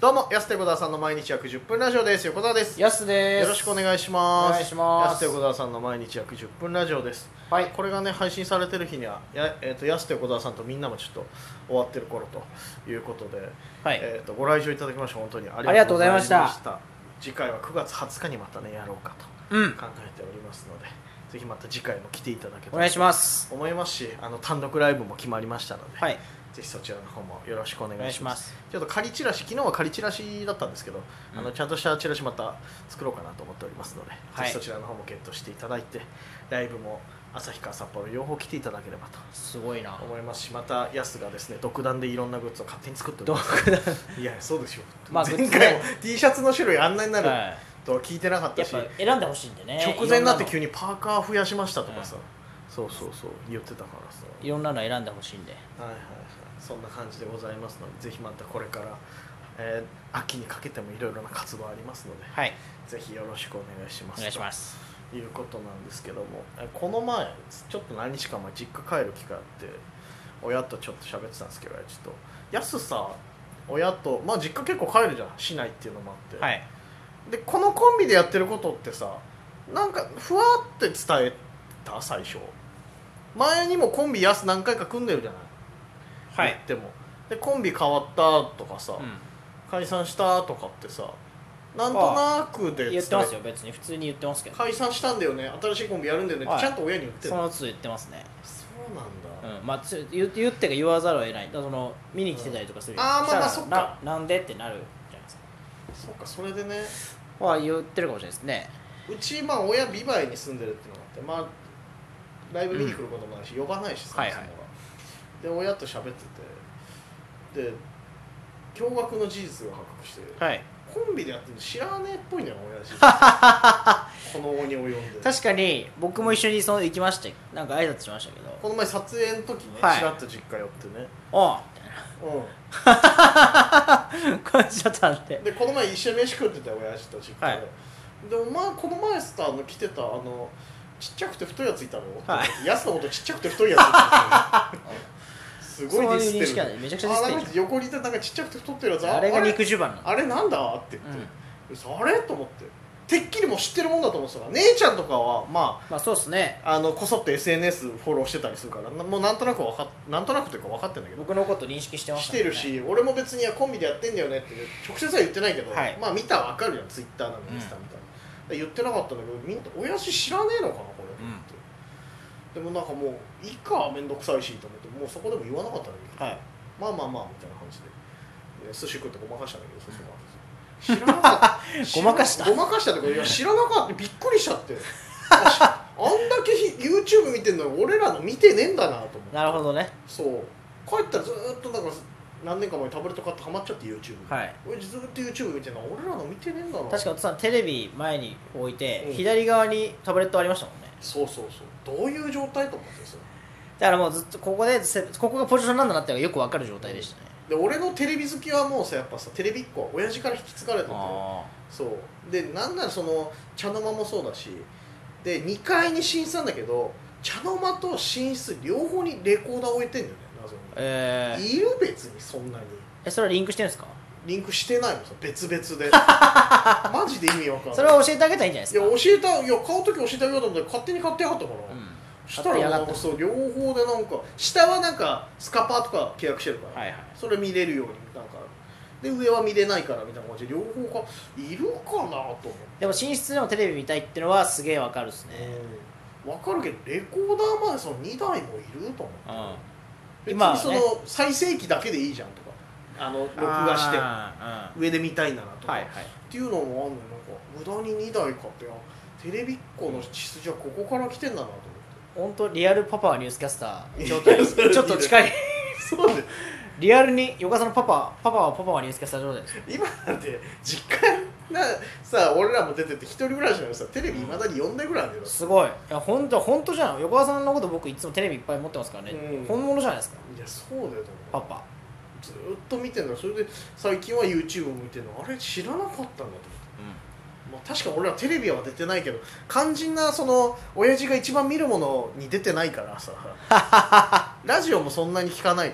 どうも、安手小沢さんの毎日約10分ラジオです。横澤です。 やすです。 よろしくお願いします。 お願いします。 安手小沢さんの毎日約10分ラジオです。 はい。 これがね、配信されてる日には安手小沢さんとみんなもちょっと終わってる頃ということで、 はい。 ご来場いただきまして本当にありがとうございました。 次回は9月20日にまたねやろうかと考えておりますので、ぜひまた次回も来ていただけたらと思いますし、単独ライブも決まりましたので、 はい。 ぜひそちらの方もよろしくお願いします。ちょっと仮チラシ、昨日は仮チラシだったんですけど、ちゃんとしたチラシまた作ろうかなと思っておりますので、ぜひそちらの方もゲットしていただいて、ライブも旭川札幌両方来ていただければとすごいな思いますし、またヤスがですね独断でいろんなグッズを勝手に作っております。いやそうでしょう、前回も T シャツの種類あんなになるとは聞いてなかったし、 やっぱ選んでほしいんでね、 直前になって急にパーカー増やしましたとかさ、そう言ってたからさ、 いろんなの選んでほしいんで、 そんな感じでございますので、ぜひまたこれから、秋にかけてもいろいろな活動ありますので、 はい、 ぜひよろしくお願いします。 お願いします。 ということなんですけども、この前ちょっと何日か前実家帰る機会あって親とちょっと喋ってたんですけど、ちょっと安さ親と、まあ実家結構帰るじゃん、市内っていうのもあって、 はい、 でこのコンビでやってることってさ、なんかふわって伝えた最初。前にもコンビ安何回か組んでるじゃない。 はい、 言ってもでコンビ変わったとかさ、解散したとかってさ、なんとなくで言ってますよ。別に普通に言ってますけど、 解散したんだよね、新しいコンビやるんだよねってちゃんと親に言ってる。 その都度言ってますね。 そうなんだ。 まあ言ってか言わざるを得ない。その見に来てたりとかする。 ああまあそっか。 なんでってなるじゃないですか。 そっか、それでね。 言ってるかもしれないですね。 うちまあ親美唄に住んでるっていうのがあって、まあライブ見に来ることもないし、呼ばないしさ、で親と喋ってて、で驚愕の事実が発覚して、 はい、 コンビでやってるの知らねえっぽいんだよ親父。この後に及んで。 確かに僕も一緒に行きました。なんか挨拶しましたけど、 この前撮影の時ね、ちらっと実家寄ってね、 おうみたいなこれちょっと待って、 でこの前一緒に飯食ってたよ親父と実家で、でお前この前来てたちっちゃくて太いやついたの、やすのことちっちゃくて太いやついたのすごいディスってる。 めちゃくちゃディスってる。 横にいてなんかちっちゃくて太ってるやつ、 あれが肉襦袢なの。 あれなんだって言って、あれと思って、てっきりもう知ってるもんだと思ってたから、姉ちゃんとかはまあそうですね、 こそって SNS フォローしてたりするから、もうなんとなくというか分かってるんだけど、 僕のこと認識してますね、してるし、俺も別にコンビでやってんだよねって直接は言ってないけど、まあ見たら分かるじゃん、ツイッターなのインスタみたいな、言ってなかったんだけど、みんな親父知らねえのかなこれと思って、でもなんかもういいか、めんどくさいしと思って、もうそこでも言わなかったんだけど、まあみたいな感じで寿司食ってごまかしたんだけど、知らなかったごまかしたってこと、いや知らなかった、びっくりしちゃってあんだけ YouTube 見てんのに俺らの見てねえんだなと思って。 なるほどね。 そう帰ったらずっとなんか何年か前にタブレット買ってハマっちゃって YouTube、俺ずっと YouTube 見てんの俺らの見てねえんだな。 確かにさ、テレビ前に置いて、左側にタブレットありましたもんね。 そうどういう状態と思ってさ、 だからもうずっとここがポジションなんだなってよく分かる状態でしたね。 で俺のテレビ好きはもうさ、やっぱさテレビっ子親父から引き継がれてて、そうでなんならその茶の間もそうだし、で2階に寝室なんだけど、茶の間と寝室両方にレコーダー置いてんだよね、謎に。いる別にそんなに。 それはリンクしてるんですか？ リンクしてないのさ、別々でマジで意味わかんない。 それは教えてあげたらいいんじゃないですか。 いや買う時教えてあげようと思って勝手に買ってやがったから、そしたらなんかそう両方でなんか下はなんかスカパーとか契約してるから、それ見れるようになんかで、上は見れないからみたいな感じで両方かいるかなと思って。でも寝室でもテレビ見たいっていうのはすげえわかるっすね。 わかるけどレコーダーまでその2台もいると思って、別にその再生機だけでいいじゃんとか、録画して上で見たいならとかっていうのもあんのよ。なんか無駄に2台買って、テレビっ子の血筋はここから来てんだなと思って。 本当リアルパパはニュースキャスター状態ちょっと近いそうでリアルに横澤さんのパパはニュースキャスター状態ですよ。 今なんて実家さ、俺らも出てて一人暮らしなのにさ、テレビいまだに4台ぐらいあるよ。すごい。いや本当じゃん。横澤さんのこと僕いつもテレビいっぱい持ってますからね、本物じゃないですか。 いやそうだよ、 パパずっと見てんだ。それで最近は YouTube を見てんの、あれ知らなかったんだと思って、まあ、確か俺らテレビは出てないけど、肝心なその親父が一番見るものに出てないからさラジオもそんなに聞かないから言って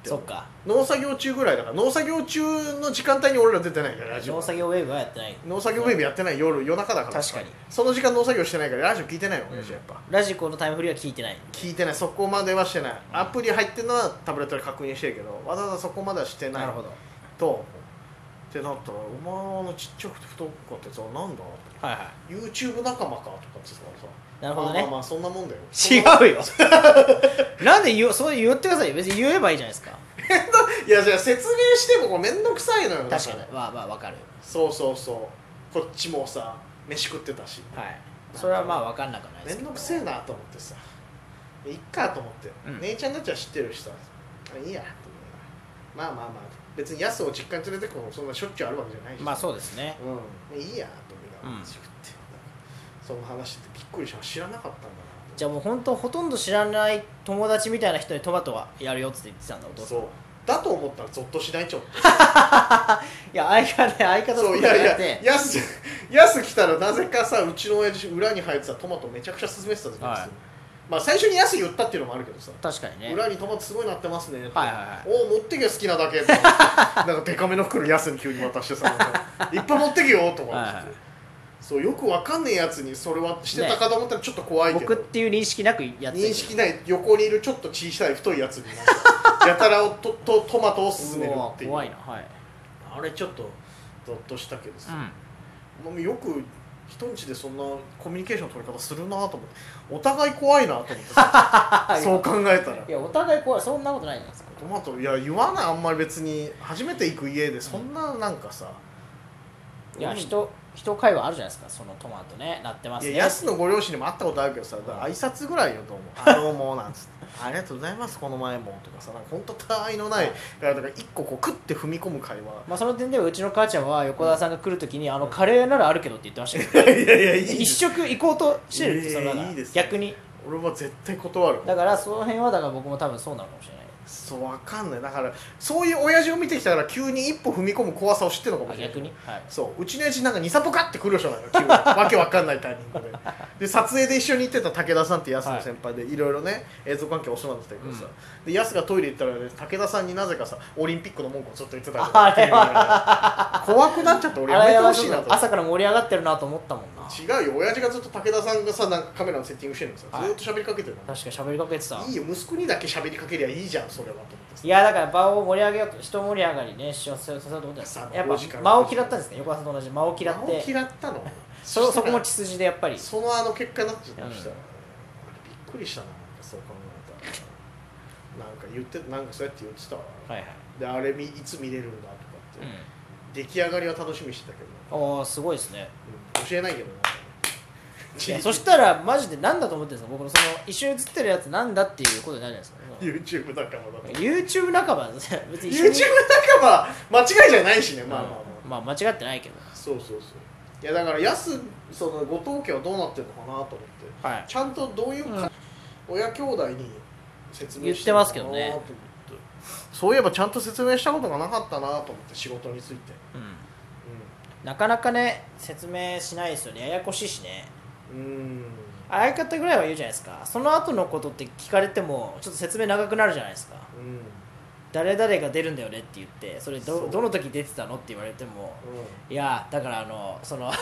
ってそっか、 農作業中ぐらいだから、農作業中の時間帯に俺ら出てないからラジオ。 農作業ウェーブはやってない。 農作業ウェーブやってない、夜中だから。 確かにその時間農作業してないからラジオ聞いてないの、親父やっぱ。 ラジコのタイムフリーは聞いてない。 聞いてない、そこまではしてない。アプリ入ってるのはタブレットで確認してるけど、わざわざそこまではしてない。 なるほど。 とってなったら、お前のちっちゃくて太っかってさ、なんだはいはい。 YouTube 仲間かとかってさ、 なるほどね。 まあそんなもんだよ。 違うよ。なんでそう言ってくださいよ。別に言えばいいじゃないですか。 いや、じゃあ説明してもこうめんどくさいのよ。 確かに。まあ分かる。 そうそうそう。こっちもさ、飯食ってたし。 はい。それはまあ分かんなくないですけど。 めんどくせえなと思ってさ。いっかと思って。姉ちゃんたちは知ってるしさ。いいやと思う。まあ別にヤスを実家に連れてくのもそんなしょっちゅうあるわけじゃないし。 まあそうですね。 いいやと思いながら飯食って。その話ってびっくりした。知らなかったんだな。 じゃあもう本当ほとんど知らない友達みたいな人にトマトはやるよって言ってたんだ、お父さん。 そうだと思ったらゾッとしないちょっと。 いや相方そういやヤス来たらなぜかさ、うちの親父裏に入ってたトマトめちゃくちゃ勧めてた時ですよ、はい、まあ最初にヤス言ったっていうのもあるけどさ、 確かにね、 裏にトマトすごいなってますねって、 はいはいはい、 おお持ってけ好きなだけってなんかデカめの袋ヤスに急に渡してさいっぱい持ってけよとかって、はいはい、そうよくわかんねえやつにそれはしてたかと思ったらちょっと怖いけど、 僕っていう認識なくやってる。 認識ない横にいるちょっと小さい太いやつにやたらトマトを勧めるっていう。 怖いな、はい、 あれちょっとゾッとしたけどさ、もうよく人んちでそんなコミュニケーション取り方するなと思って、お互い怖いなと思ってさそう考えたら、 いやお互い怖い、そんなことないじゃないですか。 トマトいや言わない、あんまり別に初めて行く家でそんななんかさ、 いや人会話あるじゃないですか、そのトマトねなってますね。 いやヤスのご両親にも会ったことあるけどさ、挨拶ぐらいよ、どうもどうもなんつってありがとうございますこの前もとかさ、なんか本当たわいのないだから一個こうクッて踏み込む会話、 まあその点ではうちの母ちゃんは横田さんが来るときにカレーならあるけどって言ってましたけどいや一食行こうとしてるって、それはいいです、 逆に俺は絶対断る。 だからその辺はだから僕も多分そうなのかもしれない。 そうわかんない、だからそういう親父を見てきたから急に一歩踏み込む怖さを知ってるのかもしれない。 逆に、はい、 そううちの親父なんか2、3歩カッて来る人なのよ急にわけわかんないタイミングで撮影で一緒に行ってた武田さんってヤスの先輩で、いろいろね映像関係お世話になってたけどさ、でヤスがトイレ行ったら、ね、武田さんになぜかさオリンピックの文句をずっと言ってたから怖くなっちゃって俺やめてほしいなと。 朝から盛り上がってるなと思ったもんな。 違うよ、親父がずっと武田さんがさなんかカメラのセッティングしてるのさ、ずっと喋りかけてるの。 確かに喋りかけてた。 いいよ息子にだけ喋りかけりゃいいじゃんそれはと思ってさ。 いやだから場を盛り上げようと、人盛り上がりねしようと思ったんですやっぱ間を嫌ったんですね、横田さんと同じ間を嫌って。 間を嫌ったのそこも血筋でやっぱりその結果になっちゃいました、びっくりしたな、なんかそう考えたらなんか言ってなんかそうやって言ってたわ、はいはい、であれいつ見れるんだとかって、出来上がりは楽しみにしてたけど、 ああすごいですね、 教えないけどな。 いやそしたらマジで何だと思ってるんですか、僕のその一緒に写ってるやつなんだっていうことになるじゃないですか。 YouTube 仲間だと YouTube 仲間別に YouTube 仲間間違いじゃないしね、 まあ間違ってないけど、 そういやだからその後藤家はどうなってるのかなと思って、はい、ちゃんとどういう親兄弟に説明してるのかなと思って、言ってますけどね、そういえばちゃんと説明したことがなかったなと思って、仕事について、 なかなかね説明しないですよね、ややこしいしね。相方ぐらいは言うじゃないですか。その後のことって聞かれてもちょっと説明長くなるじゃないですか、誰々が出るんだよねって言って、それどの時出てたのって言われても、いやだからその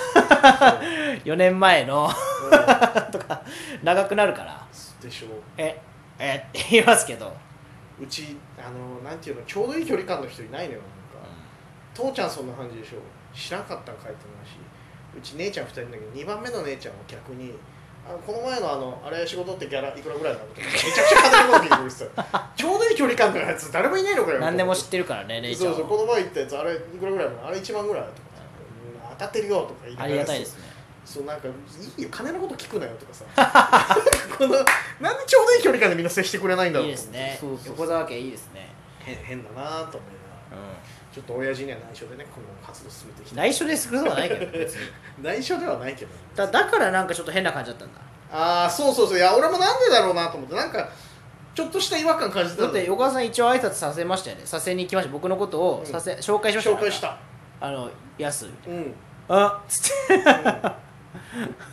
4年前のとか長くなるからでしょう。 って言いますけど、 うちなんていうの、ちょうどいい距離感の人いないのよ、なんか、父ちゃんそんな感じでしょ、知らんかったん書いてないし、うち姉ちゃん2人だけど2番目の姉ちゃんは逆にこの前のあれ仕事ってギャラいくらぐらいなのとかめちゃくちゃ金のこと聞いてるしさちょうどいい距離感のやつ誰もいないのかよ。 何でも知ってるからね、姉ちゃんは。 そうこの前言ったやつあれいくらぐらいなの、あれ1万ぐらいとか当たってるよとか言いながら、 ありがたいですね。 そうなんかいいよ金のこと聞くなよとかさなんでちょうどいい距離感でみんな接してくれないんだろう。 いいですね、横澤家いいですね。 変だなと思いながら、ちょっと親父には内緒でねこの活動進めてきて。 内緒ですることはないけど別に内緒ではないけど、 だからなんかちょっと変な感じだったんだ。 ああそういや俺もなんでだろうなと思って、なんかちょっとした違和感感じてた。 だって横川さん一応挨拶させましたよね、させに行きました。僕のことを紹介しました。 紹介した。 やすあっつって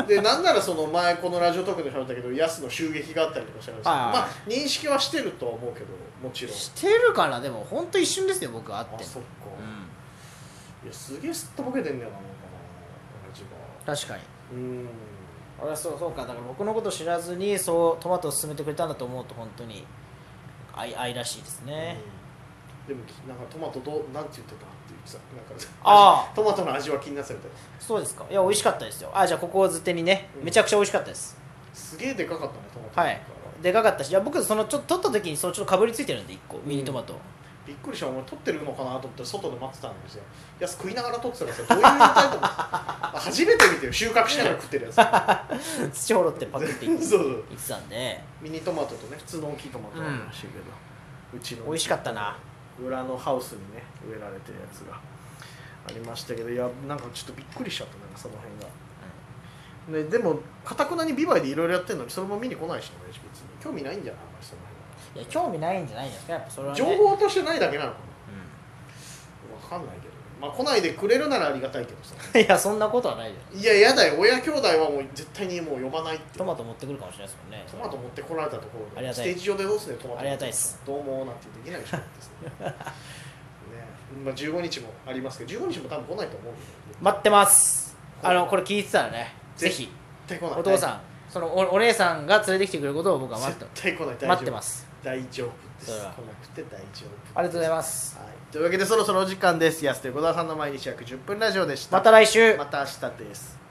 でなんならその前このラジオトークで喋ったけどヤスの襲撃があったりとかしたんですけど、まあ認識はしてるとは思うけど、もちろんしてるかな。でも本当一瞬ですよ僕は会って。 あ、そっか、いやすげえすっとぼけてんだよな、なんかな。確かに。俺はそうか。だから僕のこと知らずにそうトマトを勧めてくれたんだと思うと本当に愛らしいですね。 でもなんかトマトなんて言ってたって言ってた、なんかトマトの味は気になされた。 そうですか。いや美味しかったですよ。じゃあここをずてにね、めちゃくちゃ美味しかったです。 すげえでかかったねトマト。 はい。でかかったし、いや僕そのちょっと取った時にそのちょっとかぶりついてるんで1個ミニトマト。 びっくりした。俺取ってるのかなと思って外で待ってたんですよ。いや食いながら取ってたからさ、どういう状態と思って初めて見てる、収穫しながら食ってるやつ土掘ろってパクって言ってたんで。 ミニトマトとね普通の大きいトマトありましたけど、うちの美味しかったな。 裏のハウスにね植えられてるやつがありましたけど、いやなんかちょっとびっくりしちゃったね、その辺が、でもかたくなにビバイでいろいろやってるのにそれも見に来ないしね、別に興味ないんじゃない、その辺。 いや興味ないんじゃないですか、やっぱそれは、ね、 情報としてないだけなのかな、分かんないけど、まあ来ないでくれるならありがたいけどさいやそんなことはないよ。 いややだよ、親兄弟はもう絶対にもう呼ばないって。 トマト持ってくるかもしれないですもんね。 トマト持ってこられたところでステージ上でどうすねトマトありがたいです。 どうもなんてできないでしょですねね、まあ、15日もありますけど15日も多分来ないと思う。 待ってます。これ聞いてたらね、ぜひお父さん、そのお姉さんが連れてきてくれることを僕は待ってます。 大丈夫です。来なくて大丈夫。 ありがとうございます、 はい、というわけでそろそろお時間です。安手小沢さんの毎日約10分ラジオでした。 また来週、 また明日です。